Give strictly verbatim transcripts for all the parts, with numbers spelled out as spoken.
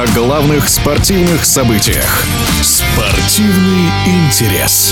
О главных спортивных событиях. Спортивный интерес.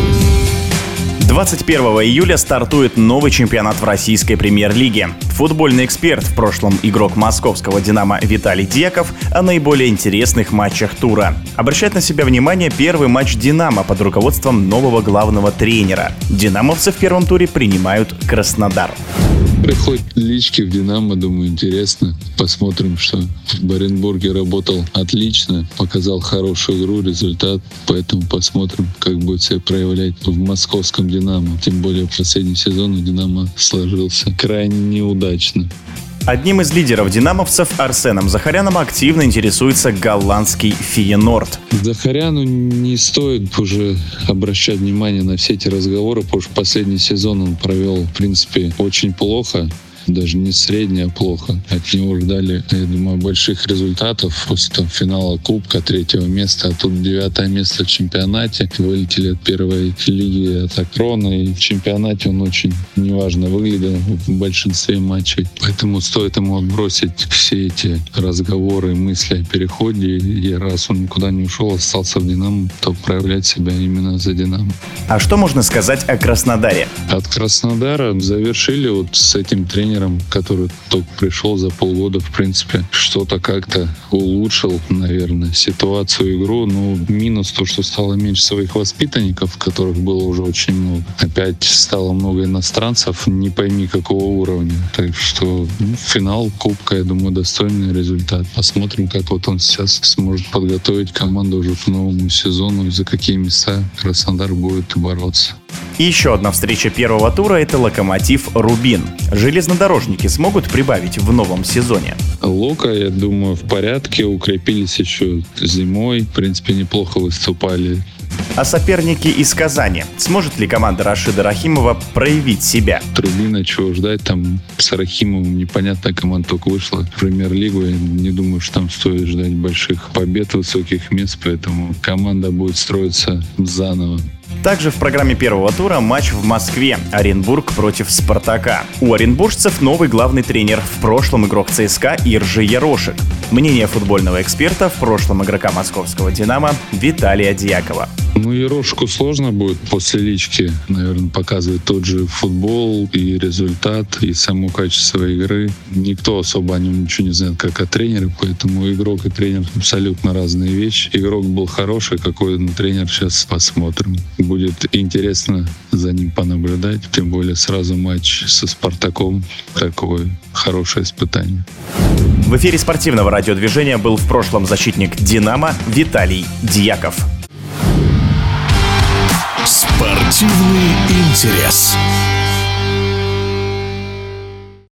двадцать первого июля стартует новый чемпионат в российской премьер-лиге. Футбольный эксперт, в прошлом игрок московского «Динамо» Виталий Дьяков о наиболее интересных матчах тура. Обращает на себя внимание первый матч «Динамо» под руководством нового главного тренера. Динамовцы в первом туре принимают Краснодар. Приходят лички в «Динамо», думаю, интересно. Посмотрим, что в Оренбурге работал отлично, показал хорошую игру, результат. Поэтому посмотрим, как будет себя проявлять в московском «Динамо». Тем более последний сезон у «Динамо» сложился крайне неудачно. Одним из лидеров динамовцев Арсеном Захаряном активно интересуется голландский Фейенорд. Захаряну не стоит уже обращать внимание на все эти разговоры, потому что последний сезон он провел, в принципе, очень плохо. Даже не средне, а плохо. От него ждали, я думаю, больших результатов. После там, финала Кубка, третьего места, а тут девятое место в чемпионате. Вылетели от первой лиги, от Акрона. И в чемпионате он очень неважно выглядел в большинстве матчей. Поэтому стоит ему отбросить все эти разговоры, мысли о переходе. И раз он никуда не ушел, остался в «Динамо», то проявлять себя именно за «Динамо». А что можно сказать о Краснодаре? От Краснодара завершили вот с этим тренером, который только пришел за полгода, в принципе, что-то как-то улучшил, наверное, ситуацию, игру. Но минус то, что стало меньше своих воспитанников, которых было уже очень много. Опять стало много иностранцев, не пойми какого уровня. Так что ну, финал Кубка, я думаю, достойный результат. Посмотрим, как вот он сейчас сможет подготовить команду уже к новому сезону и за какие места Краснодар будет бороться. И еще одна встреча первого тура – это «Локомотив Рубин». Железнодорожники смогут прибавить в новом сезоне? Лока, я думаю, в порядке. Укрепились еще зимой. В принципе, неплохо выступали. А соперники из Казани. Сможет ли команда Рашида Рахимова проявить себя? Рубина, чего ждать? Там с Рахимовым непонятная команда только вышла в премьер-лигу. Я не думаю, что там стоит ждать больших побед, высоких мест. Поэтому команда будет строиться заново. Также в программе первого тура матч в Москве. Оренбург против Спартака. У оренбуржцев новый главный тренер, в прошлом игрок ЦСКА Иржи Ярошек. Мнение футбольного эксперта, в прошлом игрока московского «Динамо» Виталия Дьякова. Ну, Ярошку сложно будет после лички, наверное, показывать тот же футбол и результат, и само качество игры. Никто особо о нем ничего не знает, как о тренере, поэтому игрок и тренер абсолютно разные вещи. Игрок был хороший, какой он тренер, сейчас посмотрим. Будет интересно за ним понаблюдать, тем более сразу матч со «Спартаком». Такое хорошее испытание. В эфире спортивного радиодвижения был в прошлом защитник «Динамо» Виталий Дьяков. Спортивный интерес.